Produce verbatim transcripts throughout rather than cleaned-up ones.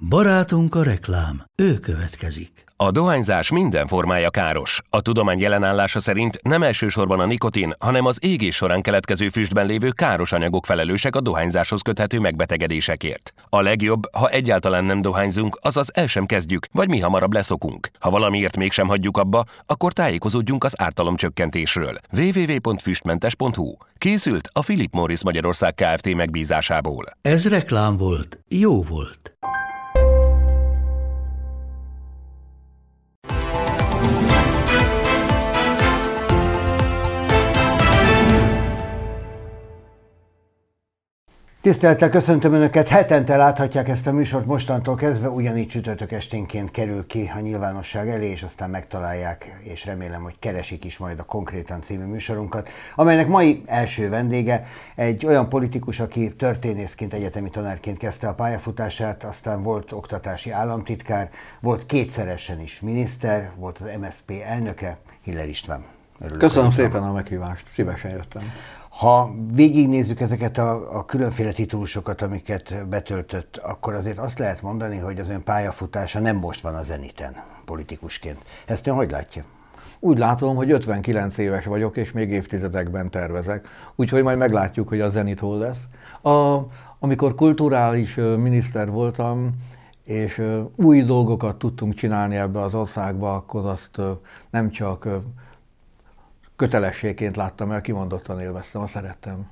Barátunk a reklám, ő következik. A dohányzás minden formája káros. A tudomány jelenállása szerint nem elsősorban a nikotin, hanem az égés során keletkező füstben lévő káros anyagok felelősek a dohányzáshoz köthető megbetegedésekért. A legjobb, ha egyáltalán nem dohányzunk, azaz el sem kezdjük, vagy mi hamarabb leszokunk. Ha valamiért mégsem hagyjuk abba, akkor tájékozódjunk az ártalomcsökkentésről. double-u double-u double-u pont füstmentes pont hu. Készült a Philip Morris Magyarország Kft. Megbízásából. Ez reklám volt, jó volt. Tisztelettel köszöntöm Önöket, hetente láthatják ezt a műsort, mostantól kezdve ugyanígy csütörtök esténként kerül ki a nyilvánosság elé, és aztán megtalálják, és remélem, hogy keresik is majd a Konkrétan című műsorunkat, amelynek mai első vendége egy olyan politikus, aki történészként, egyetemi tanárként kezdte a pályafutását, aztán volt oktatási államtitkár, volt kétszeresen is miniszter, volt az em es zé pé elnöke, Hiller István. Örülök, Köszönöm szépen a meghívást, szívesen jöttem. Ha végignézzük ezeket a, a különféle titulusokat, amiket betöltött, akkor azért azt lehet mondani, hogy az ön pályafutása nem most van a zeniten politikusként. Ezt ön hogy látja? Úgy látom, hogy ötvenkilenc éves vagyok, és még évtizedekben tervezek. Úgyhogy majd meglátjuk, hogy a zenit hol lesz. A, amikor kulturális miniszter voltam, és új dolgokat tudtunk csinálni ebbe az országba, akkor azt nem csak kötelességként láttam el, kimondottan élveztem, azt szerettem.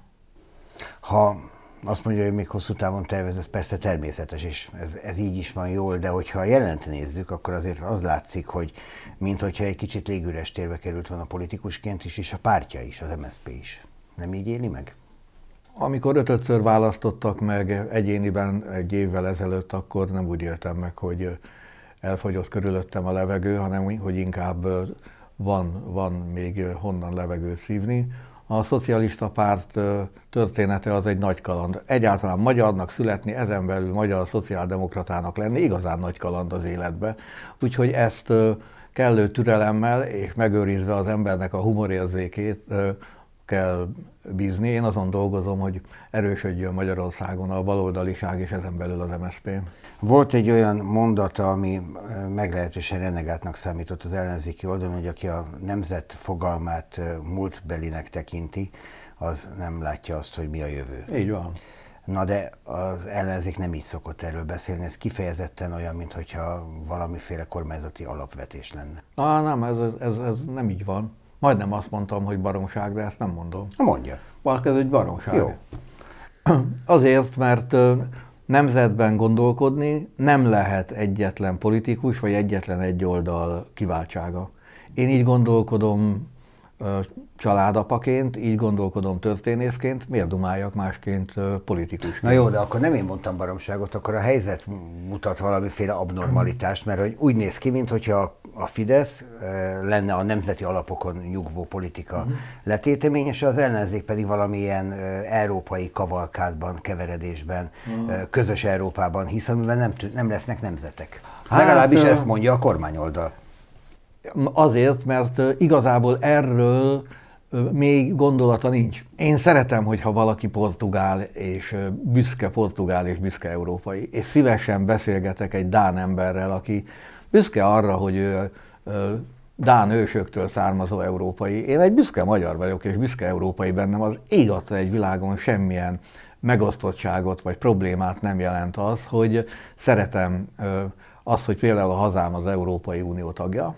Ha azt mondja, hogy még hosszú távon tervez, ez persze természetes, és ez, ez így is van jól, de hogyha a jelent nézzük, akkor azért az látszik, hogy minthogyha egy kicsit légüres térbe került volna politikusként is, és a pártja is, az em es zé pé is. Nem így éli meg? Amikor ötödször választottak meg egyéniben egy évvel ezelőtt, akkor nem úgy éltem meg, hogy elfogyott körülöttem a levegő, hanem hogy inkább Van, van még honnan levegőt szívni. A szocialista párt története az egy nagy kaland. Egyáltalán magyarnak születni, ezen belül magyar szociáldemokratának lenni, igazán nagy kaland az életbe. Úgyhogy ezt kellő türelemmel és megőrizve az embernek a humorérzékét kell bízni. Én azon dolgozom, hogy erősödjön Magyarországon a baloldaliság és ezen belül az em es zé pé. Volt egy olyan mondata, ami meglehetősen renegátnak számított az ellenzéki oldalon, hogy aki a nemzet fogalmát múltbelinek tekinti, az nem látja azt, hogy mi a jövő. Így van. Na de az ellenzék nem így szokott erről beszélni, ez kifejezetten olyan, mintha valamiféle kormányzati alapvetés lenne. Á, nem, ez, ez, ez nem így van. Majdnem azt mondtam, hogy baromság, de ezt nem mondom. Mondja. Valaki ez egy baromság. Jó. Azért, mert nemzetben gondolkodni nem lehet egyetlen politikus, vagy egyetlen egy oldal kiváltsága. Én így gondolkodom családapaként, így gondolkodom történészként, miért dumáljak másként politikusként? Na jó, de akkor nem én mondtam baromságot, akkor a helyzet mutat valamiféle abnormalitást, mert hogy úgy néz ki, mintha a Fidesz lenne a nemzeti alapokon nyugvó politika uh-huh. letéteményes, az ellenzék pedig valamilyen európai kavalkádban, keveredésben, uh-huh. közös Európában hisz, amiben nem, nem lesznek nemzetek. Hát, legalábbis ezt mondja a kormányoldal. Azért, mert igazából erről még gondolata nincs. Én szeretem, hogyha valaki portugál, és büszke portugál, és büszke európai. És szívesen beszélgetek egy dán emberrel, aki büszke arra, hogy ő dán ősöktől származó európai. Én egy büszke magyar vagyok, és büszke európai bennem. Az ég adta egy világon semmilyen megosztottságot, vagy problémát nem jelent az, hogy szeretem azt, hogy például a hazám az Európai Unió tagja.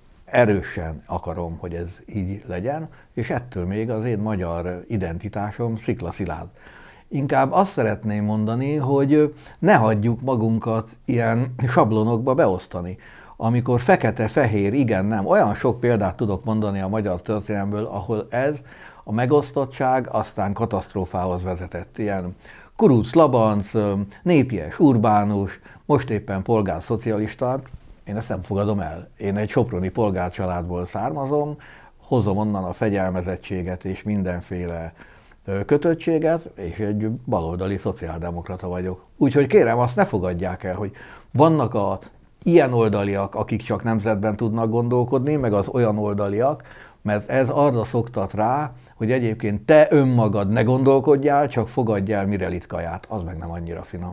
Erősen akarom, hogy ez így legyen, és ettől még az én magyar identitásom sziklaszilárd. Inkább azt szeretném mondani, hogy ne hagyjuk magunkat ilyen sablonokba beosztani. Amikor fekete-fehér, igen, nem, olyan sok példát tudok mondani a magyar történelemből, ahol ez a megosztottság aztán katasztrófához vezetett. Ilyen Kuruc Labanc, Népies Urbánus, most éppen polgárszocialista. Én ezt nem fogadom el. Én egy soproni polgárcsaládból származom, hozom onnan a fegyelmezettséget és mindenféle kötöttséget, és egy baloldali szociáldemokrata vagyok. Úgyhogy kérem, azt ne fogadják el, hogy vannak a ilyen oldaliak, akik csak nemzetben tudnak gondolkodni, meg az olyan oldaliak, mert ez arra szoktat rá, hogy egyébként te önmagad ne gondolkodjál, csak fogadjál Mirelit kaját, az meg nem annyira finom.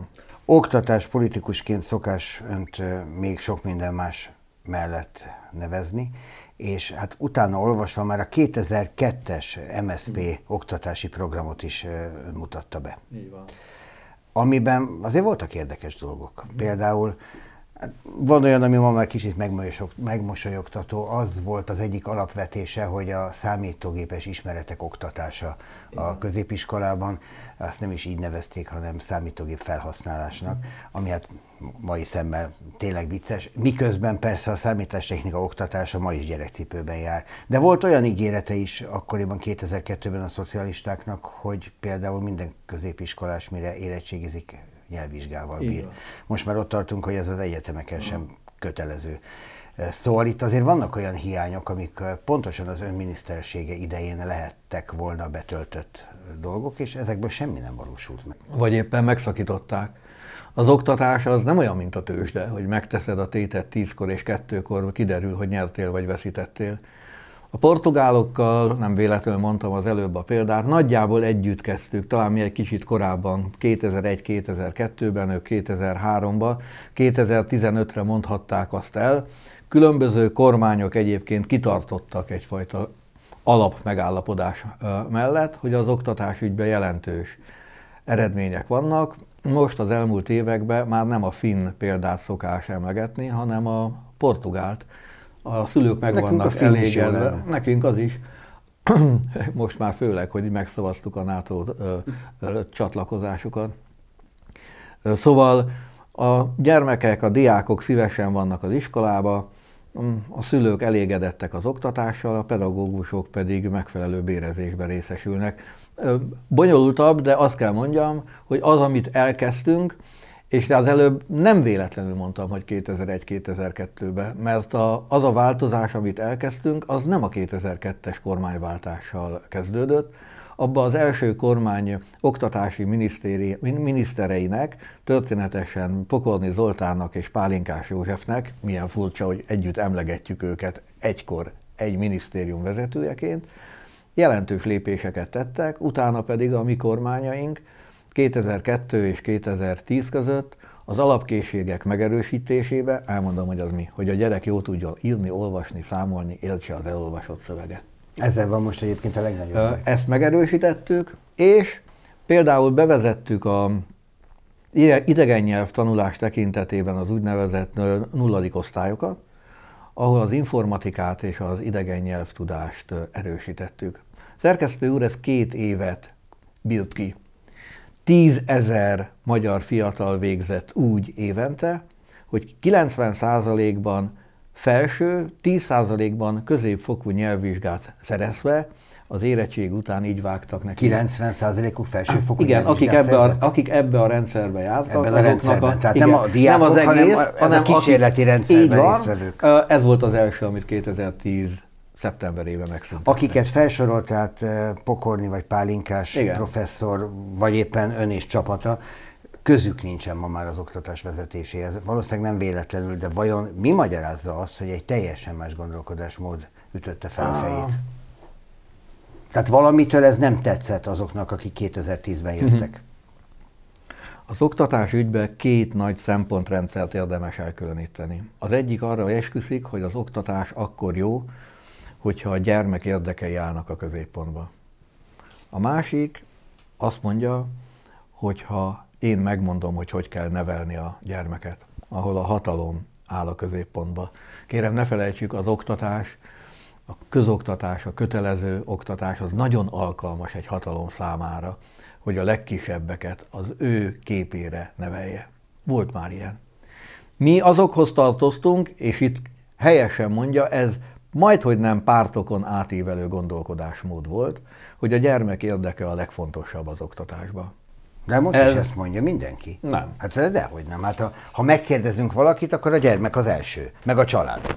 Oktatás politikusként szokás önt még sok minden más mellett nevezni, és hát utána olvasva már a kétezer-kettes em es zé pé hmm. oktatási programot is mutatta be. Így van. Amiben azért voltak érdekes dolgok. Hmm. Például van olyan, ami ma már kicsit megmosolyogtató, az volt az egyik alapvetése, hogy a számítógépes ismeretek oktatása a középiskolában, azt nem is így nevezték, hanem számítógép felhasználásnak, ami hát mai szemmel tényleg vicces, miközben persze a számítástechnika oktatása ma is gyerekcipőben jár. De volt olyan ígérete is akkoriban kétezer-kettőben a szocialistáknak, hogy például minden középiskolás, mire érettségizik, nyelvvizsgával bír. Igen. Most már ott tartunk, hogy ez az egyetemeken sem kötelező. Szóval itt azért vannak olyan hiányok, amik pontosan az ön minisztersége idején lehettek volna betöltött dolgok, és ezekből semmi nem valósult meg. Vagy éppen megszakították. Az oktatás az nem olyan, mint a tőzsde, hogy megteszed a tétet tízkor és kettőkor kiderül, hogy nyertél vagy veszítettél. A portugálokkal, nem véletlenül mondtam az előbb a példát, nagyjából együtt kezdtük, talán mi egy kicsit korábban, kétezer-egy kétezer-kettőben, ők kétezer-háromban, kétezer-tizenötre mondhatták azt el. Különböző kormányok egyébként kitartottak egyfajta alapmegállapodás mellett, hogy az oktatásügyben jelentős eredmények vannak. Most az elmúlt években már nem a finn példát szokás emlegetni, hanem a portugált. A szülők meg nekünk vannak elégedve. Nekünk az is. Most már főleg, hogy megszavaztuk a NATO csatlakozásukat. Szóval a gyermekek, a diákok szívesen vannak az iskolába, a szülők elégedettek az oktatással, a pedagógusok pedig megfelelő bérezésben részesülnek. Bonyolultabb, de azt kell mondjam, hogy az, amit elkezdtünk, és az előbb nem véletlenül mondtam, hogy kétezer-egy kétezer-kettőben, mert a, az a változás, amit elkezdtünk, az nem a kétezer-kettes kormányváltással kezdődött. Abban az első kormány oktatási minisztereinek, történetesen Pokorni Zoltánnak és Pálinkás Józsefnek, milyen furcsa, hogy együtt emlegetjük őket egykor egy minisztérium vezetőjeként, jelentős lépéseket tettek, utána pedig a mi kormányaink kétezer-kettő és kétezer-tíz között az alapkészségek megerősítésébe, elmondom, hogy az mi, hogy a gyerek jól tudjon írni, olvasni, számolni, értse az elolvasott szöveget. Ezzel van most egyébként a legnagyobb. Ezt megerősítettük, és például bevezettük a idegen nyelv tanulás tekintetében az úgynevezett nulladik osztályokat, ahol az informatikát és az idegen nyelvtudást erősítettük. Szerkesztő úr, ez két évet bírt ki. Tízezer magyar fiatal végzett úgy évente, hogy kilencven százalékban felső, tíz százalékban középfokú nyelvvizsgát szerezve, az érettség után így vágtak neki. kilencven százalékuk felsőfokú igen, nyelvvizsgát akik ebbe, a, akik ebbe a rendszerbe jártak. Ebben a rendszerben, a, tehát igen, nem a diákok, nem az egész, hanem, a, hanem a kísérleti akik, rendszerben résztvevők. Ez volt az első, amit kétezer-tíz szeptemberében megszüntettek. Akiket felsorolt, tehát Pokorni vagy Pálinkás igen. professzor, vagy éppen ön és csapata, közük nincsen ma már az oktatás vezetéséhez. Valószínűleg nem véletlenül, de vajon mi magyarázza azt, hogy egy teljesen más gondolkodásmód ütötte fel a fejét? Tehát valamitől ez nem tetszett azoknak, akik kétezer-tízben jöttek. Az oktatás ügyben két nagy szempontrendszert érdemes elkülöníteni. Az egyik arra esküszik, hogy az oktatás akkor jó, hogyha a gyermek érdekei állnak a középpontba. A másik azt mondja, hogyha én megmondom, hogy hogy kell nevelni a gyermeket, ahol a hatalom áll a középpontba. Kérem, ne felejtsük, az oktatás, a közoktatás, a kötelező oktatás az nagyon alkalmas egy hatalom számára, hogy a legkisebbeket az ő képére nevelje. Volt már ilyen. Mi azokhoz tartoztunk, és itt helyesen mondja, ez majdhogy nem pártokon átívelő gondolkodásmód volt, hogy a gyermek érdeke a legfontosabb az oktatásban. De most ez... is ezt mondja mindenki. Nem. Hát dehogy nem. Hát ha, ha megkérdezünk valakit, akkor a gyermek az első, meg a család.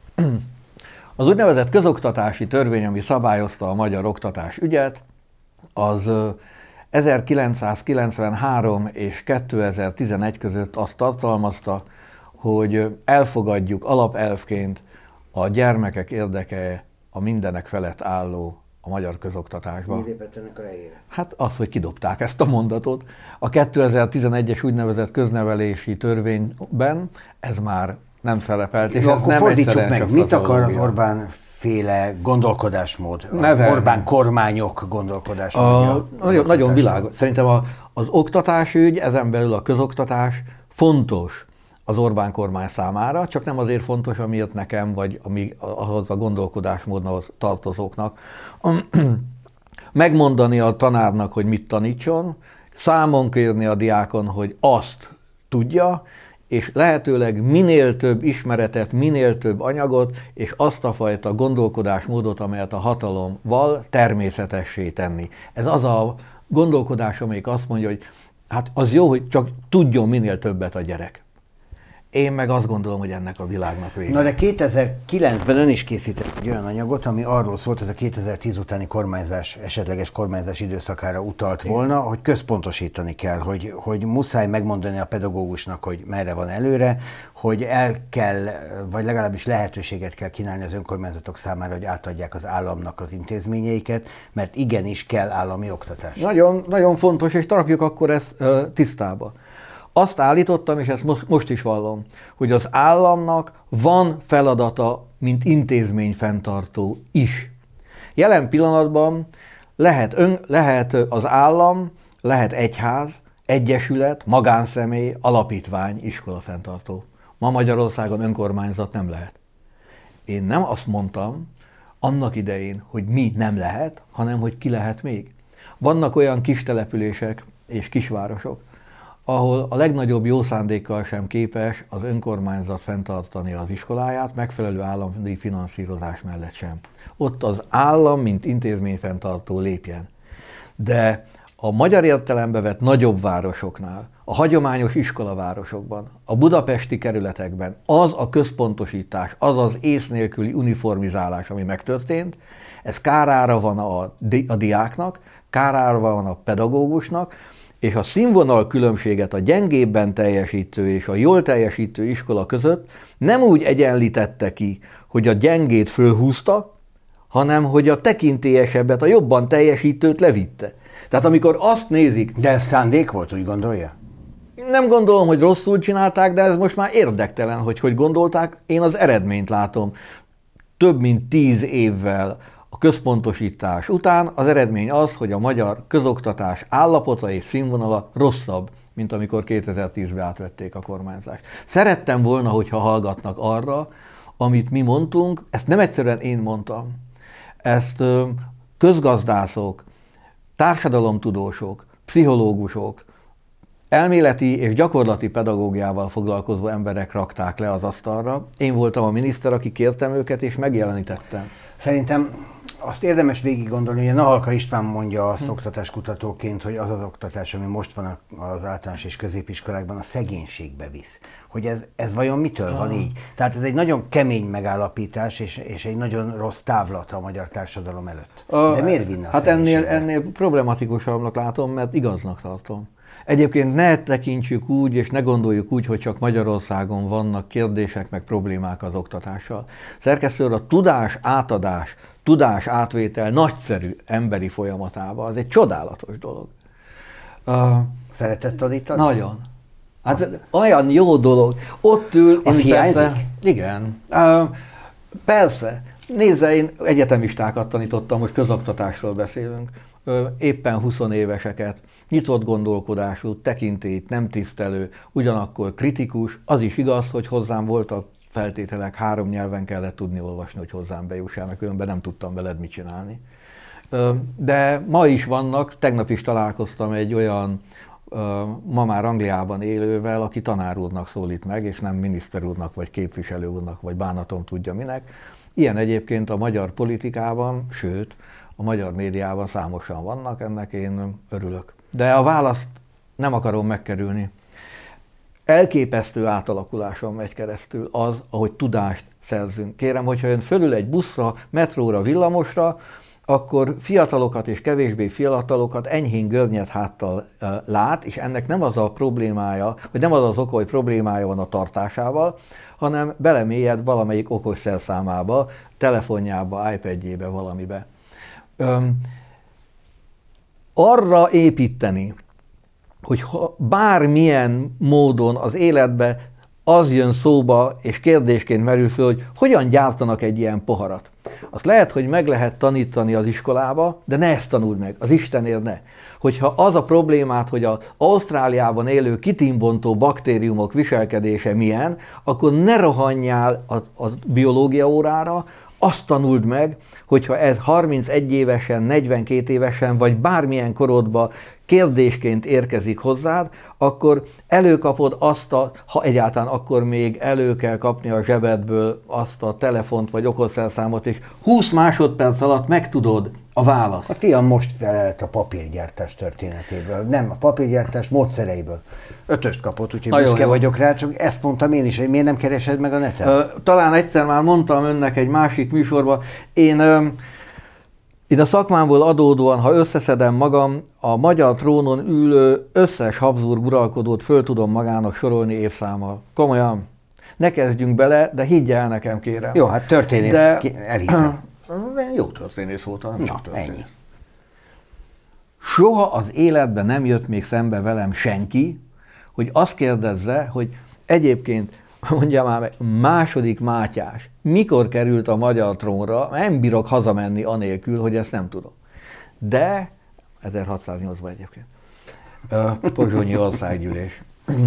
Az úgynevezett közoktatási törvény, ami szabályozta a magyar oktatás ügyet, az ezerkilencszázkilencvenhárom és kétezer-tizenegy között azt tartalmazta, hogy elfogadjuk alapelvként a gyermekek érdeke a mindenek felett álló a magyar közoktatásban. Mi lépett ennek a helyére? Hát az, hogy kidobták ezt a mondatot. A kétezer-tizenegyes úgynevezett köznevelési törvényben ez már nem szerepelt. És Jó, ez akkor nem fordítsuk meg, mit akar az patológia. Orbán féle gondolkodásmód, az Nevelni. Orbán kormányok gondolkodásmódja? A, nagyon, nagyon világos. Szerintem a, az oktatásügy, ezen belül a közoktatás fontos az Orbán kormány számára, csak nem azért fontos, amiért nekem, vagy ami, ahhoz a gondolkodásmódhoz tartozóknak. Megmondani a tanárnak, hogy mit tanítson, számon kérni a diákon, hogy azt tudja, és lehetőleg minél több ismeretet, minél több anyagot, és azt a fajta gondolkodásmódot, amelyet a hatalom val, természetessé tenni. Ez az a gondolkodás, amelyik azt mondja, hogy hát az jó, hogy csak tudjon minél többet a gyerek. Én meg azt gondolom, hogy ennek a világnak vége. Na de kétezer-kilencben ön is készített egy olyan anyagot, ami arról szólt, ez a kétezer-tíz utáni kormányzás, esetleges kormányzás időszakára utalt volna, hogy központosítani kell, hogy, hogy muszáj megmondani a pedagógusnak, hogy merre van előre, hogy el kell, vagy legalábbis lehetőséget kell kínálni az önkormányzatok számára, hogy átadják az államnak az intézményeiket, mert igenis kell állami oktatás. Nagyon, nagyon fontos, és tartjuk akkor ezt uh, tisztába. Azt állítottam, és ezt most is vallom, hogy az államnak van feladata, mint intézményfenntartó is. Jelen pillanatban lehet, ön, lehet az állam, lehet egyház, egyesület, magánszemély, alapítvány, iskolafenntartó. Ma Magyarországon önkormányzat nem lehet. Én nem azt mondtam annak idején, hogy mi nem lehet, hanem hogy ki lehet még. Vannak olyan kis települések és kisvárosok, ahol a legnagyobb jó szándékkal sem képes az önkormányzat fenntartani az iskoláját, megfelelő állami finanszírozás mellett sem. Ott az állam, mint intézményfenntartó lépjen. De a magyar értelembe vett nagyobb városoknál, a hagyományos iskolavárosokban, a budapesti kerületekben az a központosítás, az az ész nélküli uniformizálás, ami megtörtént, ez kárára van a, di- a diáknak, kárára van a pedagógusnak, és a színvonal különbséget a gyengébben teljesítő és a jól teljesítő iskola között nem úgy egyenlítette ki, hogy a gyengét fölhúzta, hanem hogy a tekintélyesebbet, a jobban teljesítőt levitte. Tehát amikor azt nézik... De ez szándék volt, úgy gondolja? Nem gondolom, hogy rosszul csinálták, de ez most már érdektelen, hogy hogy gondolták. Én az eredményt látom. Több mint tíz évvel a központosítás után az eredmény az, hogy a magyar közoktatás állapota és színvonala rosszabb, mint amikor kétezer-tízben átvették a kormányzást. Szerettem volna, hogyha hallgatnak arra, amit mi mondtunk, ezt nem egyszerűen én mondtam, ezt közgazdászok, társadalomtudósok, pszichológusok, elméleti és gyakorlati pedagógiával foglalkozó emberek rakták le az asztalra. Én voltam a miniszter, aki kértem őket, és megjelenítettem. Szerintem azt érdemes végig gondolni, hogy Nahalka István mondja azt hm. oktatáskutatóként, hogy az az oktatás, ami most van az általános és középiskolákban, a szegénységbe visz. Hogy ez, ez vajon mitől ah. van így? Tehát ez egy nagyon kemény megállapítás, és, és egy nagyon rossz távlata a magyar társadalom előtt. De miért vinne a Hát ennél, ennél problematikusabbnak látom, mert igaznak tartom. Egyébként ne tekintsük úgy, és ne gondoljuk úgy, hogy csak Magyarországon vannak kérdések, meg problémák az oktatással. Szerkesztő úr, a tudás átadás, tudás átvétel nagyszerű emberi folyamatában, az egy csodálatos dolog. Uh, Szeretett tanítani? Nagyon. Hát az... olyan jó dolog. Ott ül... Az hiányzik? Persze, igen. Uh, persze. Nézze, én egyetemistákat tanítottam, hogy közoktatásról beszélünk. Uh, éppen huszonéveseket. Nyitott gondolkodású, tekintélyt nem tisztelő, ugyanakkor kritikus. Az is igaz, hogy hozzám voltak feltételek, három nyelven kellett tudni olvasni, hogy hozzám bejussál, mert különben nem tudtam veled mit csinálni. De ma is vannak, tegnap is találkoztam egy olyan ma már Angliában élővel, aki tanár úrnak szólít meg, és nem miniszter úrnak, vagy képviselő úrnak, vagy bánatom tudja minek. Ilyen egyébként a magyar politikában, sőt, a magyar médiában számosan vannak, ennek én örülök. De a választ nem akarom megkerülni. Elképesztő átalakuláson megy keresztül az, ahogy tudást szerzünk. Kérem, hogyha ön fölül egy buszra, metróra, villamosra, akkor fiatalokat és kevésbé fiatalokat enyhén görnyed háttal uh, lát, és ennek nem az a problémája, vagy nem az az oka, hogy problémája van a tartásával, hanem belemélyed valamelyik okos szerszámába, telefonjába, iPadjébe, valamibe. Öm, arra építeni, hogy ha bármilyen módon az életbe az jön szóba, és kérdésként merül föl, hogy hogyan gyártanak egy ilyen poharat. Azt lehet, hogy meg lehet tanítani az iskolába, de ne ezt tanuld meg, az Istenért ne. Hogyha az a problémát, hogy az Ausztráliában élő kitimbontó baktériumok viselkedése milyen, akkor ne rohanjál a, a biológia órára, azt tanuld meg, hogyha ez harmincegy évesen, negyvenkét évesen, vagy bármilyen korodban kérdésként érkezik hozzád, akkor előkapod azt a, ha egyáltalán akkor még elő kell kapni a zsebedből azt a telefont vagy okosszerszámot, és húsz másodperc alatt megtudod a választ. A fiam most felelt a papírgyártás történetéből, nem a papírgyártás módszereiből. Ötöst kapott, úgyhogy Na büszke jó, jó. vagyok rá, csak ezt mondtam én is, hogy miért nem keresed meg a neten? Ö, talán egyszer már mondtam önnek egy másik műsorban, én... Ö, Én a szakmámból adódóan, ha összeszedem magam, a magyar trónon ülő összes Habsburg uralkodót föl tudom magának sorolni évszámmal. Komolyan. Ne kezdjünk bele, de higgy el nekem, kérem. Jó, hát történész, de... elhiszem. Jó történész voltam, nem Na, csak történész. ennyi. Soha az életben nem jött még szembe velem senki, hogy azt kérdezze, hogy egyébként, mondja már meg, második Mátyás mikor került a magyar trónra, nem bírok hazamenni anélkül, hogy ezt nem tudom. De ezerhatszáznyolcban egyébként. Pozsonyi országgyűlés.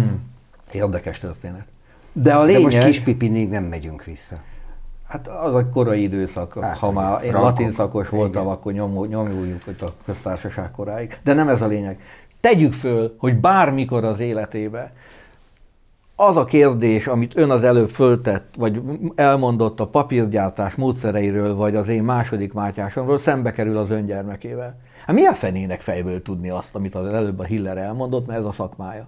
Érdekes történet. De a lényeg... De most Kispipinig nem megyünk vissza. Hát az a korai időszak, Hát, ha már én frankok. latin szakos voltam, igen. Akkor nyom, nyomuljuk ott a köztársaság koráig. De nem ez a lényeg. Tegyük föl, hogy bármikor az életébe az a kérdés, amit ön az előbb föltett, vagy elmondott a papírgyártás módszereiről, vagy az én második Mátyásomról, szembe kerül az ön gyermekével. Hát mi a fenének fejből tudni azt, amit az előbb a Hiller elmondott, mert ez a szakmája.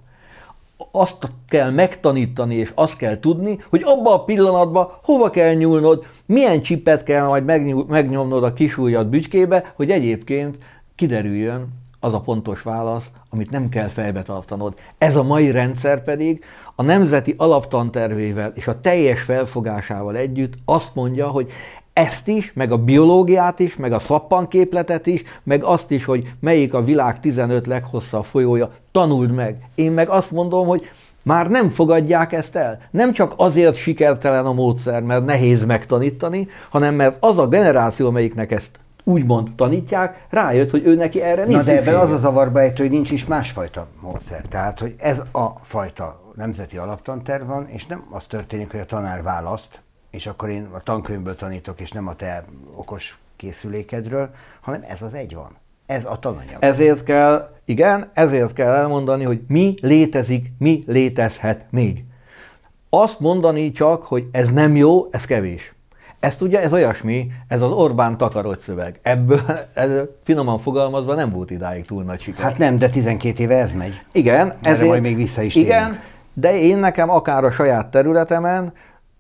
Azt kell megtanítani, és azt kell tudni, hogy abban a pillanatban hova kell nyúlnod, milyen csipet kell majd megnyomnod a kisujjad bütykébe, hogy egyébként kiderüljön az a pontos válasz, amit nem kell fejbe tartanod. Ez a mai rendszer pedig a nemzeti alaptantervével és a teljes felfogásával együtt azt mondja, hogy ezt is, meg a biológiát is, meg a szappanképletet is, meg azt is, hogy melyik a világ tizenöt leghosszabb folyója, tanuld meg. Én meg azt mondom, hogy már nem fogadják ezt el. Nem csak azért sikertelen a módszer, mert nehéz megtanítani, hanem mert az a generáció, amelyiknek ezt úgymond tanítják, rájött, hogy ő neki erre nincs Na de ebben szüksége. az a zavarba ejtő, hogy nincs is másfajta módszer. Tehát, hogy ez a fajta nemzeti alaptanterv van, és nem az történik, hogy a tanár választ, és akkor én a tankönyvből tanítok, és nem a te okos készülékedről, hanem ez az egy van. Ez a tananyag. Ezért kell, igen, ezért kell elmondani, hogy mi létezik, mi létezhet még. Azt mondani csak, hogy ez nem jó, ez kevés. Ez ugye, ez olyasmi, ez az Orbán takarodj szöveg. Ebből, ez, finoman fogalmazva, nem volt idáig túl nagy siker. Hát nem, de tizenkét éve ez megy. Igen, ezért, majd még vissza is igen, térünk. de én nekem akár a saját területemen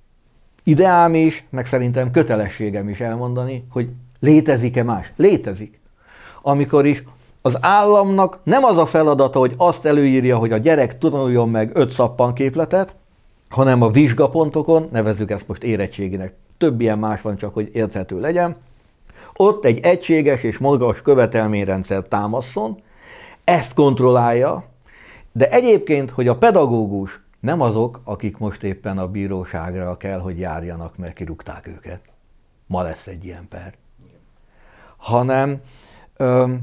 ideám is, meg szerintem kötelességem is elmondani, hogy létezik-e más? Létezik. Amikor is az államnak nem az a feladata, hogy azt előírja, hogy a gyerek tanuljon meg öt szappanképletet, hanem a vizsgapontokon, nevezzük ezt most érettséginek, több ilyen más van, csak hogy érthető legyen, ott egy egységes és magas követelményrendszer támaszson, ezt kontrollálja, de egyébként, hogy a pedagógus nem azok, akik most éppen a bíróságra kell, hogy járjanak, mert kirúgták őket. Ma lesz egy ilyen per. Hanem öm,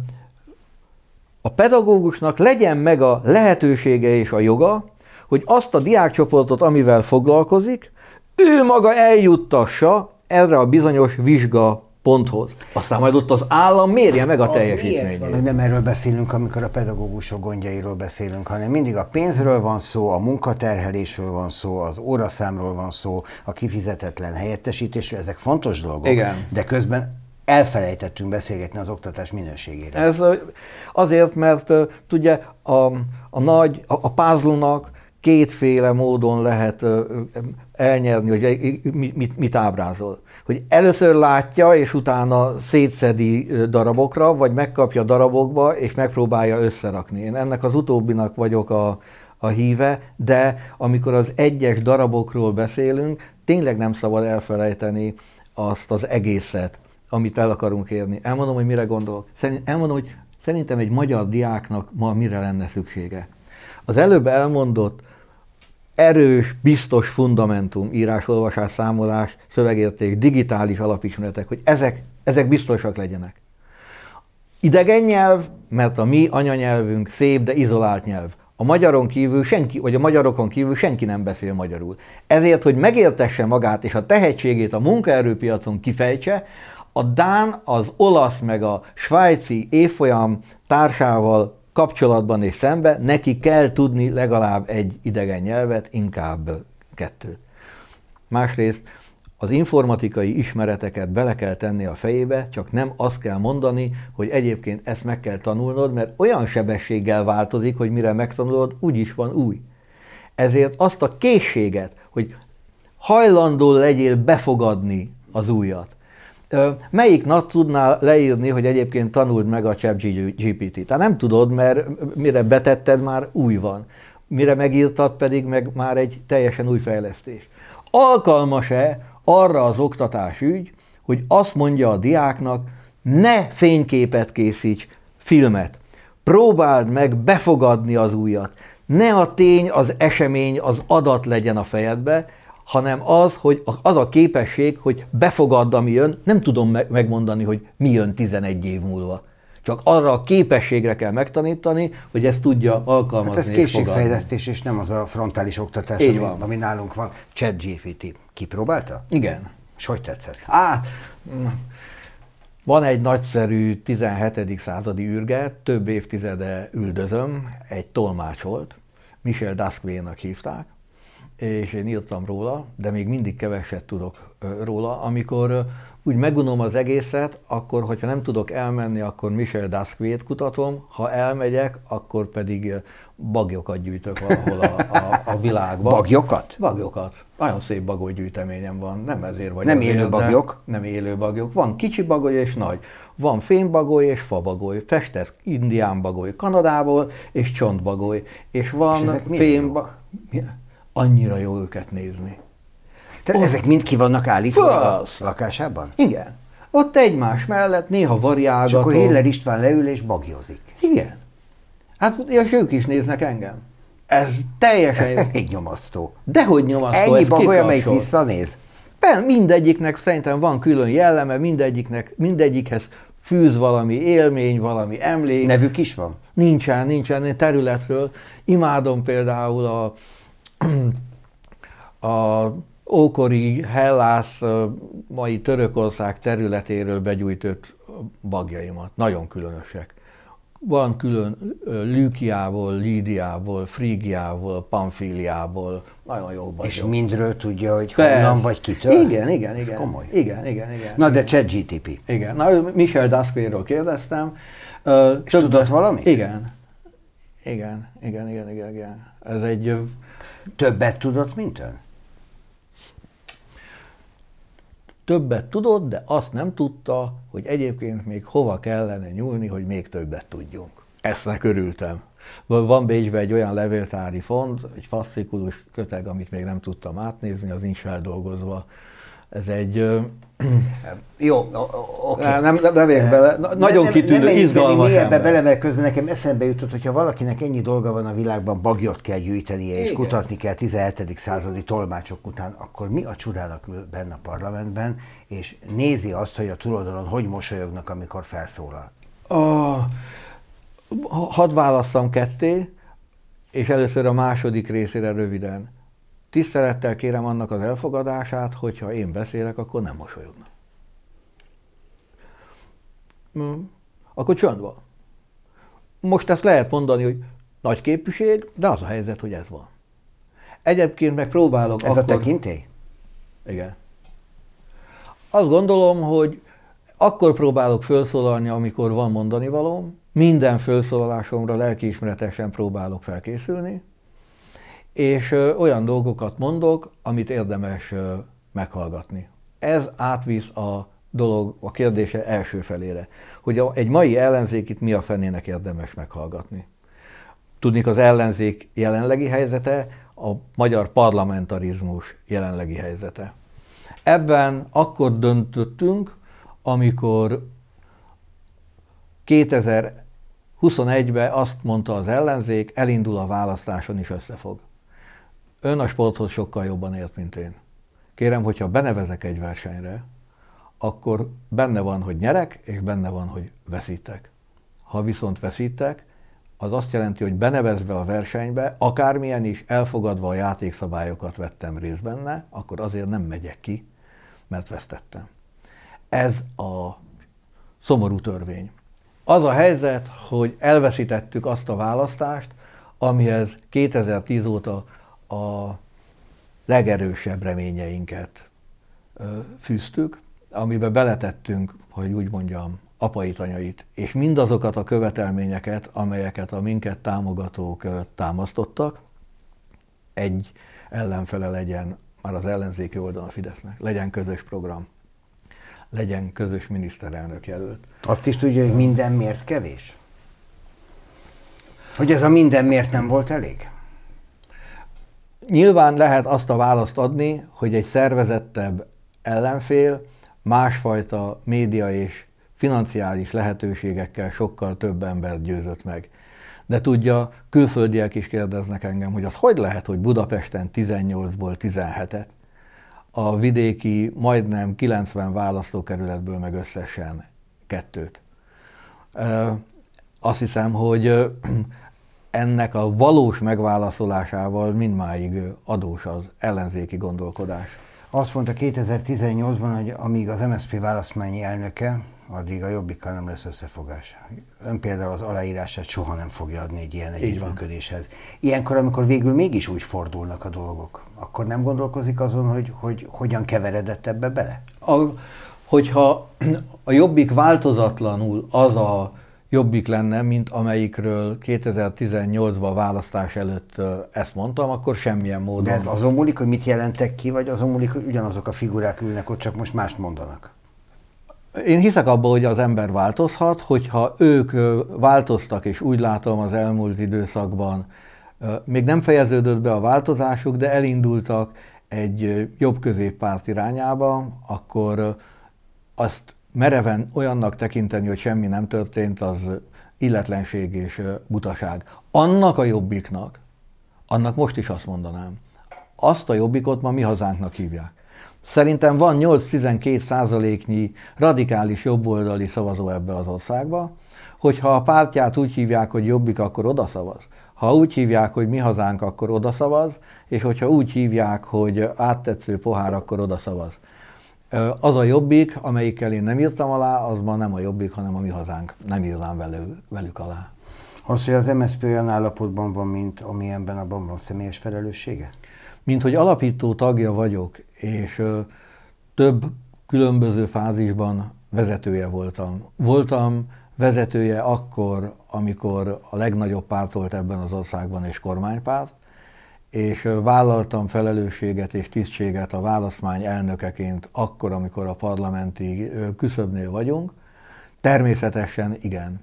a pedagógusnak legyen meg a lehetősége és a joga, hogy azt a diákcsoportot, amivel foglalkozik, ő maga eljuttassa erre a bizonyos vizsgaponthoz. Aztán majd ott az állam mérje meg a teljesítményét. Hogy nem erről beszélünk, amikor a pedagógusok gondjairól beszélünk, hanem mindig a pénzről van szó, a munkaterhelésről van szó, az óraszámról van szó, a kifizetetlen helyettesítésről, ezek fontos dolgok, Igen. De közben elfelejtettünk beszélgetni az oktatás minőségéről. Ez azért, mert tudja, a, a nagy, a, a puzzle-nak kétféle módon lehet elnyerni, hogy mit, mit ábrázol. Hogy először látja, és utána szétszedi darabokra, vagy megkapja darabokba, és megpróbálja összerakni. Én ennek az utóbbinak vagyok a, a híve, de amikor az egyes darabokról beszélünk, tényleg nem szabad elfelejteni azt az egészet, amit el akarunk érni. Elmondom, hogy mire gondolok. Szerint, elmondom, hogy szerintem egy magyar diáknak ma mire lenne szüksége. Az előbb elmondott erős, biztos fundamentum, írás, olvasás, számolás, szövegértés, digitális alapismeretek, hogy ezek, ezek biztosak legyenek. Idegen nyelv, mert a mi anyanyelvünk szép, de izolált nyelv. A magyaron kívül senki, vagy a magyarokon kívül senki nem beszél magyarul. Ezért, hogy megértesse magát és a tehetségét a munkaerőpiacon kifejtse, a dán, az olasz meg a svájci évfolyam társával kapcsolatban és szemben neki kell tudni legalább egy idegen nyelvet, inkább kettőt. Másrészt az informatikai ismereteket bele kell tenni a fejébe, csak nem azt kell mondani, hogy egyébként ezt meg kell tanulnod, mert olyan sebességgel változik, hogy mire megtanulod, úgyis van új. Ezért azt a készséget, hogy hajlandó legyél befogadni az újat. Melyik nap tudnál leírni, hogy egyébként tanuld meg a ChatGPT-t? Tehát nem tudod, mert mire betetted, már új van. Mire megírtad, pedig meg már egy teljesen új fejlesztés. Alkalmas-e arra az oktatásügy, hogy azt mondja a diáknak, ne fényképet készíts, filmet. Próbáld meg befogadni az újat. Ne a tény, az esemény, az adat legyen a fejedbe, hanem az, hogy az a képesség, hogy befogadd, ami jön, nem tudom megmondani, hogy mi jön tizenegy év múlva. Csak arra a képességre kell megtanítani, hogy ezt tudja alkalmazni. Hát ez készségfejlesztés, és nem az a frontális oktatás, ami, ami nálunk van. ChatGPT. Kipróbálta? Igen. És hogy tetszett? Á, van egy nagyszerű tizenhetedik századi űrge, több évtizede üldözöm, egy tolmács volt, Michel Dasquier-nak hívták, és én írtam róla, de még mindig keveset tudok róla. Amikor úgy megunom az egészet, akkor, hogyha nem tudok elmenni, akkor Michel Dasquier-t kutatom, ha elmegyek, akkor pedig bagyokat gyűjtök valahol a, a, a világban. Bagyokat? Bagyokat. Nagyon szép bagolygyűjteményem van, nem ezért vagy. Nem azért, élő bagyok? Nem élő bagyok. Van kicsi bagoly és nagy. Van fémbagoly és fabagoly, festett indián bagoly Kanadából, és csontbagoly. És van fémbagoly. Annyira jó őket nézni. Tehát ezek mind ki vannak állítva a lakásában? Igen. Ott egymás mellett néha variálgatom. És akkor Hiller István leül és bagyozik. Igen. Hát és ők is néznek engem. Ez teljesen... Egy nyomasztó. Dehogy nyomasztó. Ennyi bagoly, amelyik visszanéz? Ben, mindegyiknek szerintem van külön jelleme, mindegyiknek, mindegyikhez fűz valami élmény, valami emlék. Nevük is van? Nincsen, nincsen. Én területről imádom például a a ókori Hellász, mai Törökország területéről begyújtott bagjaimat. Nagyon különösek. Van külön Lükiából, Lídiából, Frígiából, Pamfíliából. Nagyon jó bagyok. És mindről tudja, hogy honnan vagy kitől? Igen, igen, Ez igen. komoly. Igen, igen, igen. Na, de ChatGPT. Igen. Na, Michel Dasquier-ről kérdeztem. És Több, tudott valamit? Igen. Igen, igen, igen, igen, igen. Ez egy... Többet tudott, mint ön? Többet tudott, de azt nem tudta, hogy egyébként még hova kellene nyúlni, hogy még többet tudjunk. Ezt örültem. Van Bécsben egy olyan levéltári font, egy faszcikulus köteg, amit még nem tudtam átnézni, az nincs feldolgozva. Ez egy... Jó, oké. Nem, nem, nem megyek bele. Nagyon nem, kitűnő, nem izgalmas ember. Ebbe bele, mert közben nekem eszembe jutott, hogyha valakinek ennyi dolga van a világban, bagyot kell gyűjtenie, és igen, kutatni kell tizenhetedik századi tolmácsok után, akkor mi a csodának ül benne a parlamentben, és nézi azt, hogy a túloldalon hogy mosolyognak, amikor felszólal? Oh, hadd válasszam ketté, és először a második részére röviden. Tisztelettel kérem annak az elfogadását, hogyha én beszélek, akkor nem mosolyognak. Hmm. Akkor csönd van. Most ezt lehet mondani, hogy nagy képűség, de az a helyzet, hogy ez van. Egyébként meg próbálok Ez akkor... a tekintély? Igen. Azt gondolom, hogy akkor próbálok felszólalni, amikor van mondani valóm. Minden felszólalásomra lelkiismeretesen próbálok felkészülni, és ö, olyan dolgokat mondok, amit érdemes ö, meghallgatni. Ez átvisz a dolog, a kérdése első felére, hogy a, egy mai ellenzékit mi a fenének érdemes meghallgatni. Tudnik, az ellenzék jelenlegi helyzete, a magyar parlamentarizmus jelenlegi helyzete. Ebben akkor döntöttünk amikor kétezer-huszonegyben azt mondta az ellenzék, elindul a választáson is összefog. Ön a sporthoz sokkal jobban ért, mint én. Kérem, hogyha benevezek egy versenyre, akkor benne van, hogy nyerek, és benne van, hogy veszítek. Ha viszont veszítek, az azt jelenti, hogy benevezve a versenybe, akármilyen is elfogadva a játékszabályokat vettem részt benne, akkor azért nem megyek ki, mert vesztettem. Ez a szomorú törvény. Az a helyzet, hogy elveszítettük azt a választást, amihez kétezer-tíz óta a legerősebb reményeinket fűztük, amiben beletettünk, hogy úgy mondjam, apait, anyait, és mindazokat a követelményeket, amelyeket a minket támogatók támasztottak, egy ellenfele legyen már az ellenzéki oldalon a Fidesznek, legyen közös program, legyen közös miniszterelnök jelölt. Azt is tudja, hogy minden miért kevés? Hogy ez a minden miért nem volt elég? Nyilván lehet azt a választ adni, hogy egy szervezettebb ellenfél másfajta média és financiális lehetőségekkel sokkal több embert győzött meg. De tudja, külföldiek is kérdeznek engem, hogy az hogy lehet, hogy Budapesten tizennyolcból tizenhetet, a vidéki majdnem kilencven választókerületből meg összesen kettőt. Azt hiszem, hogy ennek a valós megválaszolásával mindmáig adós az ellenzéki gondolkodás. Azt mondta kétezer-tizennyolcban, hogy amíg az em es zé pé választmányi elnöke, addig a Jobbikkal nem lesz összefogás. Ön például az aláírását soha nem fogja adni egy ilyen együttműködéshez. Ilyenkor, amikor végül mégis úgy fordulnak a dolgok, akkor nem gondolkozik azon, hogy, hogy hogyan keveredett ebbe bele? A, hogyha a Jobbik változatlanul az a Jobbik lenne, mint amelyikről kétezer-tizennyolcban a választás előtt ezt mondtam, akkor semmilyen módon. De ez azon múlik, hogy mit jelentek ki, vagy azon múlik, hogy ugyanazok a figurák ülnek ott, csak most mást mondanak? Én hiszek abban, hogy az ember változhat, hogyha ők változtak, és úgy látom az elmúlt időszakban, még nem fejeződött be a változásuk, de elindultak egy jobb középpárt irányába, akkor azt mereven olyannak tekinteni, hogy semmi nem történt, az illetlenség és butaság. Annak a Jobbiknak, annak most is azt mondanám, azt a Jobbikot ma Mi Hazánknak hívják. Szerintem van nyolc-tizenkét százaléknyi radikális jobboldali szavazó ebbe az országba, hogyha a pártját úgy hívják, hogy Jobbik, akkor odaszavaz. Ha úgy hívják, hogy Mi Hazánk, akkor odaszavaz, és hogyha úgy hívják, hogy áttetsző pohár, akkor odaszavaz. Az a Jobbik, amelyikkel én nem írtam alá, az ma nem a Jobbik, hanem a Mi Hazánk. Nem írnám velük, velük alá. Az, hogy az em es zé pé olyan állapotban van, mint amilyenben abban van személyes felelőssége? Mint hogy alapító tagja vagyok, és ö, több különböző fázisban vezetője voltam. Voltam vezetője akkor, amikor a legnagyobb párt volt ebben az országban, és kormánypárt, és ö, vállaltam felelősséget és tisztséget a választmány elnökeként akkor, amikor a parlamenti ö, küszöbnél vagyunk. Természetesen igen.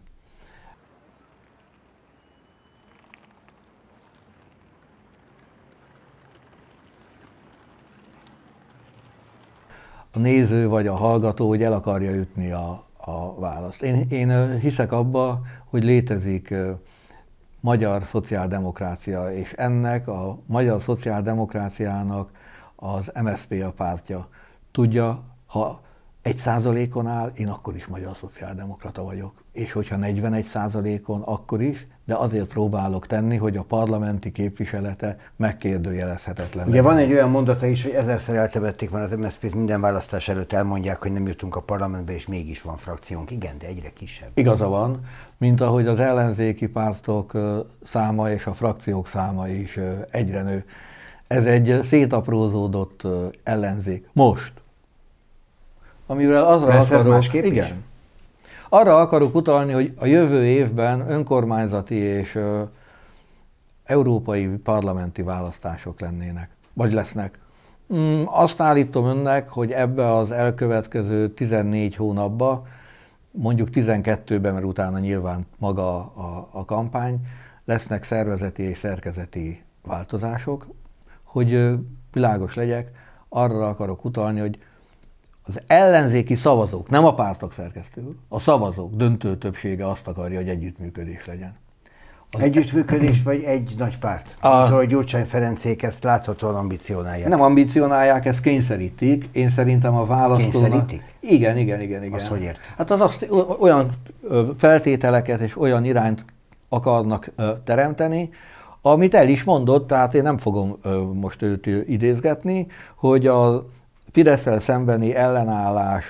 A néző vagy a hallgató, hogy el akarja ütni a, a választ. Én, én hiszek abba, hogy létezik magyar szociáldemokrácia, és ennek a magyar szociáldemokráciának az em es zé pé a pártja. Tudja, ha egy százalékon áll, én akkor is magyar szociáldemokrata vagyok. És hogyha negyvenegy százalékon, akkor is, de azért próbálok tenni, hogy a parlamenti képviselete megkérdőjelezhetetlen. Ugye van egy olyan mondata is, hogy ezerszer eltemették már az em es zé pét, minden választás előtt elmondják, hogy nem jutunk a parlamentbe, és mégis van frakciónk. Igen, de egyre kisebb. Igaza van, mint ahogy az ellenzéki pártok száma és a frakciók száma is egyre nő. Ez egy szétaprózódott ellenzék. Most. Amivel arra Lesz akarok, ez igen, is? Arra akarok utalni, hogy a jövő évben önkormányzati és ö, európai parlamenti választások lennének, vagy lesznek. Mm, azt állítom önnek, hogy ebbe az elkövetkező tizennégy hónapban, mondjuk tizenkettőben, mert utána nyilván maga a, a kampány, lesznek szervezeti és szerkezeti változások, hogy ö, világos legyek, arra akarok utalni, hogy az ellenzéki szavazók, nem a pártok szerkesztő úr, a szavazók döntő többsége azt akarja, hogy együttműködés legyen. Az Együttműködés vagy egy nagy párt? A... Mint ahogy Gyurcsány Ferencék ezt láthatóan ambicionálják. Nem ambicionálják, ezt kényszerítik. Én szerintem a választónak... Kényszerítik? Igen, igen, igen. igen. Azt hogy érted? Hát az azt olyan feltételeket és olyan irányt akarnak teremteni, amit el is mondott, tehát én nem fogom most őt idézgetni, hogy a Fidesszel szembeni ellenállás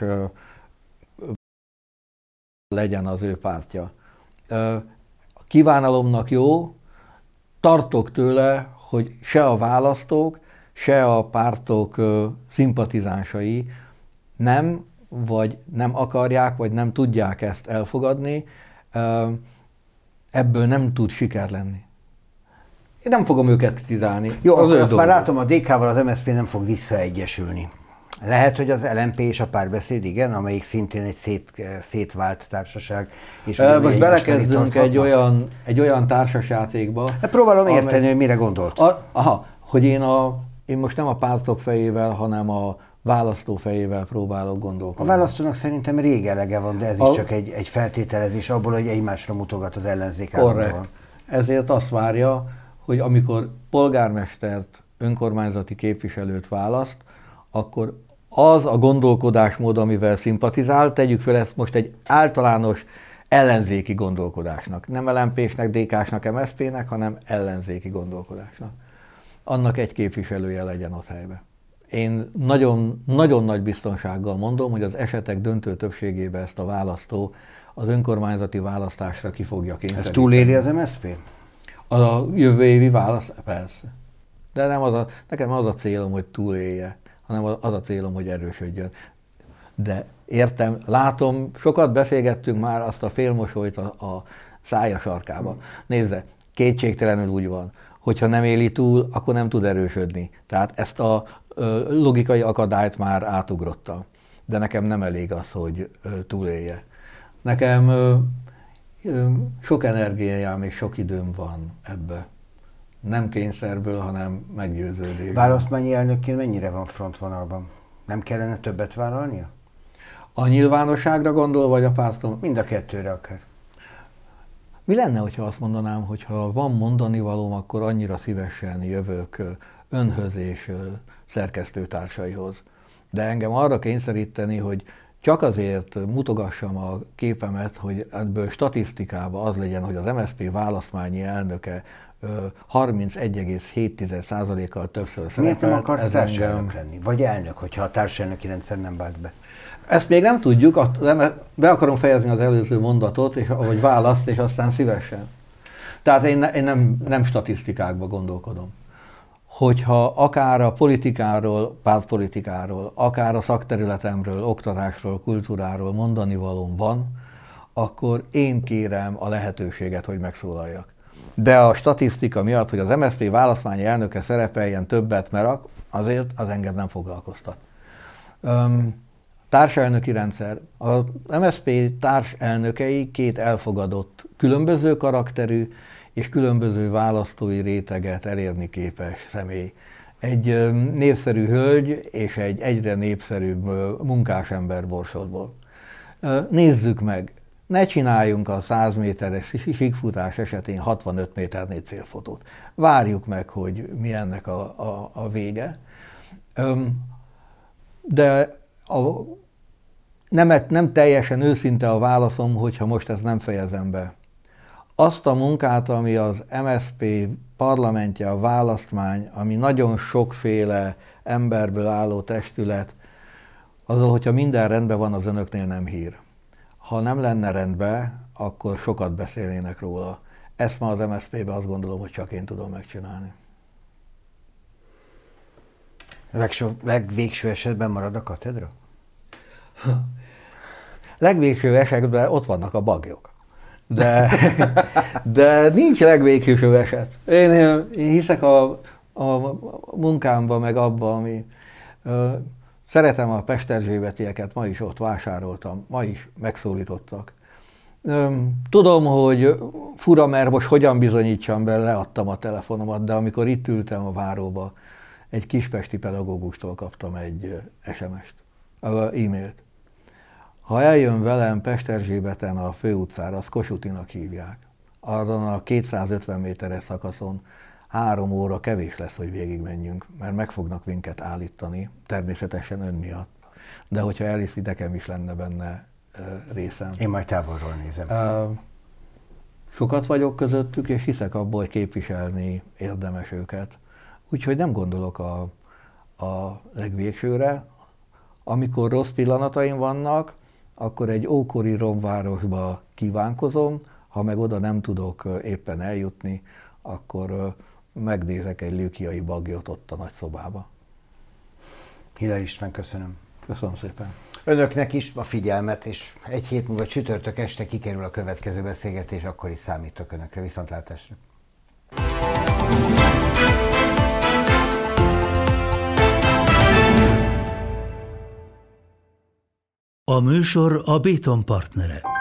legyen az ő pártja. Kívánalomnak jó, tartok tőle, hogy se a választók, se a pártok szimpatizánsai nem, vagy nem akarják, vagy nem tudják ezt elfogadni, ebből nem tud siker lenni. Én nem fogom őket kritizálni. Jó, akkor azt már látom, a dé ká-val az em es zé pé nem fog visszaegyesülni. Lehet, hogy az el em pé és a Párbeszéd, igen, amelyik szintén egy szét, szétvált társaság. És most belekezdünk egy olyan, egy olyan társasjátékba. Hát próbálom érteni, amely, hogy mire gondolt. A, aha, hogy én, a, én most nem a pártok fejével, hanem a választó fejével próbálok gondolkodni. A választónak szerintem rég elege van, de ez a, is csak egy, egy feltételezés abból, hogy egymásra mutogat az ellenzék állandóan. Ezért azt várja, hogy amikor polgármestert, önkormányzati képviselőt választ, akkor az a gondolkodásmód, amivel szimpatizál, tegyük fel ezt most egy általános ellenzéki gondolkodásnak. Nem el em pésnek, dé ká-snak, em es zé pének, hanem ellenzéki gondolkodásnak. Annak egy képviselője legyen ott helyben. Én nagyon, nagyon nagy biztonsággal mondom, hogy az esetek döntő többségében ezt a választó az önkormányzati választásra ki fogja kényszeríteni. Ez túléli az em es zé pé? A jövő évi választás? Persze. De nem az a, nekem az a célom, hogy túlélje, hanem az a célom, hogy erősödjön. De értem, látom, sokat beszélgettünk már azt a félmosolyt a, a szája sarkába. Nézze, kétségtelenül úgy van, hogyha nem éli túl, akkor nem tud erősödni. Tehát ezt a ö, logikai akadályt már átugrottam. De nekem nem elég az, hogy ö, túlélje. Nekem ö, ö, sok energiájám és sok időm van ebbe. Nem kényszerből, hanem meggyőződésből. Választmányi elnökként mennyire van frontvonalban? Nem kellene többet vállalnia? A nyilvánosságra gondol, vagy a párton? Mind a kettőre akár. Mi lenne, hogyha azt mondanám, hogy ha van mondani valóm, akkor annyira szívesen jövök önhöz és szerkesztőtársaihoz. De engem arra kényszeríteni, hogy csak azért mutogassam a képemet, hogy ebből statisztikában az legyen, hogy az em es zé pé választmányi elnöke harmincegy egész hét százalékkal többször szerepel. Miért nem akar társelnök engem... lenni? Vagy elnök, hogyha a társelnöki rendszer nem vált be? Ezt még nem tudjuk, be akarom fejezni az előző mondatot, és, vagy választ, és aztán szívesen. Tehát én, ne, én nem, nem statisztikákba gondolkodom. Hogyha akár a politikáról, pártpolitikáról, akár a szakterületemről, oktatásról, kultúráról mondani valóm van, akkor én kérem a lehetőséget, hogy megszólaljak. De a statisztika miatt, hogy az em es zé pé választmányi elnöke szerepeljen többet merak, azért az engem nem foglalkoztat. Um, Társelnöki rendszer. Az em es zé pé társelnökei két elfogadott, különböző karakterű és különböző választói réteget elérni képes személy. Egy népszerű hölgy és egy egyre népszerűbb munkásember Borsodból. Nézzük meg, ne csináljunk a száz méteres síkfutás esetén hatvanöt méternél célfotót. Várjuk meg, hogy mi ennek a, a, a vége. De a, nem, nem teljesen őszinte a válaszom, hogyha most ezt nem fejezem be. Azt a munkát, ami az em es zé pé parlamentje, a választmány, ami nagyon sokféle emberből álló testület, azzal, hogyha minden rendben van, az önöknél nem hír. Ha nem lenne rendben, akkor sokat beszélnének róla. Ezt ma az em es zé pé-ben azt gondolom, hogy csak én tudom megcsinálni. Legső, legvégső esetben marad a katedra? Legvégső esetben ott vannak a bagyok. De, de nincs legvégső eset. Én, én hiszek a, a munkámba, meg abba, ami... Ö, szeretem a pesterzsébetieket, ma is ott vásároltam, ma is megszólítottak. Ö, tudom, hogy fura, mert most hogyan bizonyítsam be, leadtam a telefonomat, de amikor itt ültem a váróba, egy kispesti pedagógustól kaptam egy es em est. e-mailt. Ha eljön velem Pesterzsébeten a főutcára, azt Kossuth-nak hívják. Arra a kétszázötven méteres szakaszon három óra kevés lesz, hogy végigmenjünk, mert meg fognak minket állítani, természetesen ön miatt. De hogyha elhiszi, nekem is lenne benne uh, részem. Én majd távolról nézem. Uh, sokat vagyok közöttük, és hiszek abból, hogy képviselni érdemes őket. Úgyhogy nem gondolok a, a legvégsőre. Amikor rossz pillanataim vannak, akkor egy ókori romvárosba kívánkozom, ha meg oda nem tudok éppen eljutni, akkor megnézek egy lőkiai baglyot ott a nagy szobába. Hiller István, köszönöm. Köszönöm szépen. Önöknek is a figyelmet, és egy hét múlva csütörtök este kikerül a következő beszélgetés, akkor is számítok Önökre. Viszontlátásra! A műsor a Béton partnere.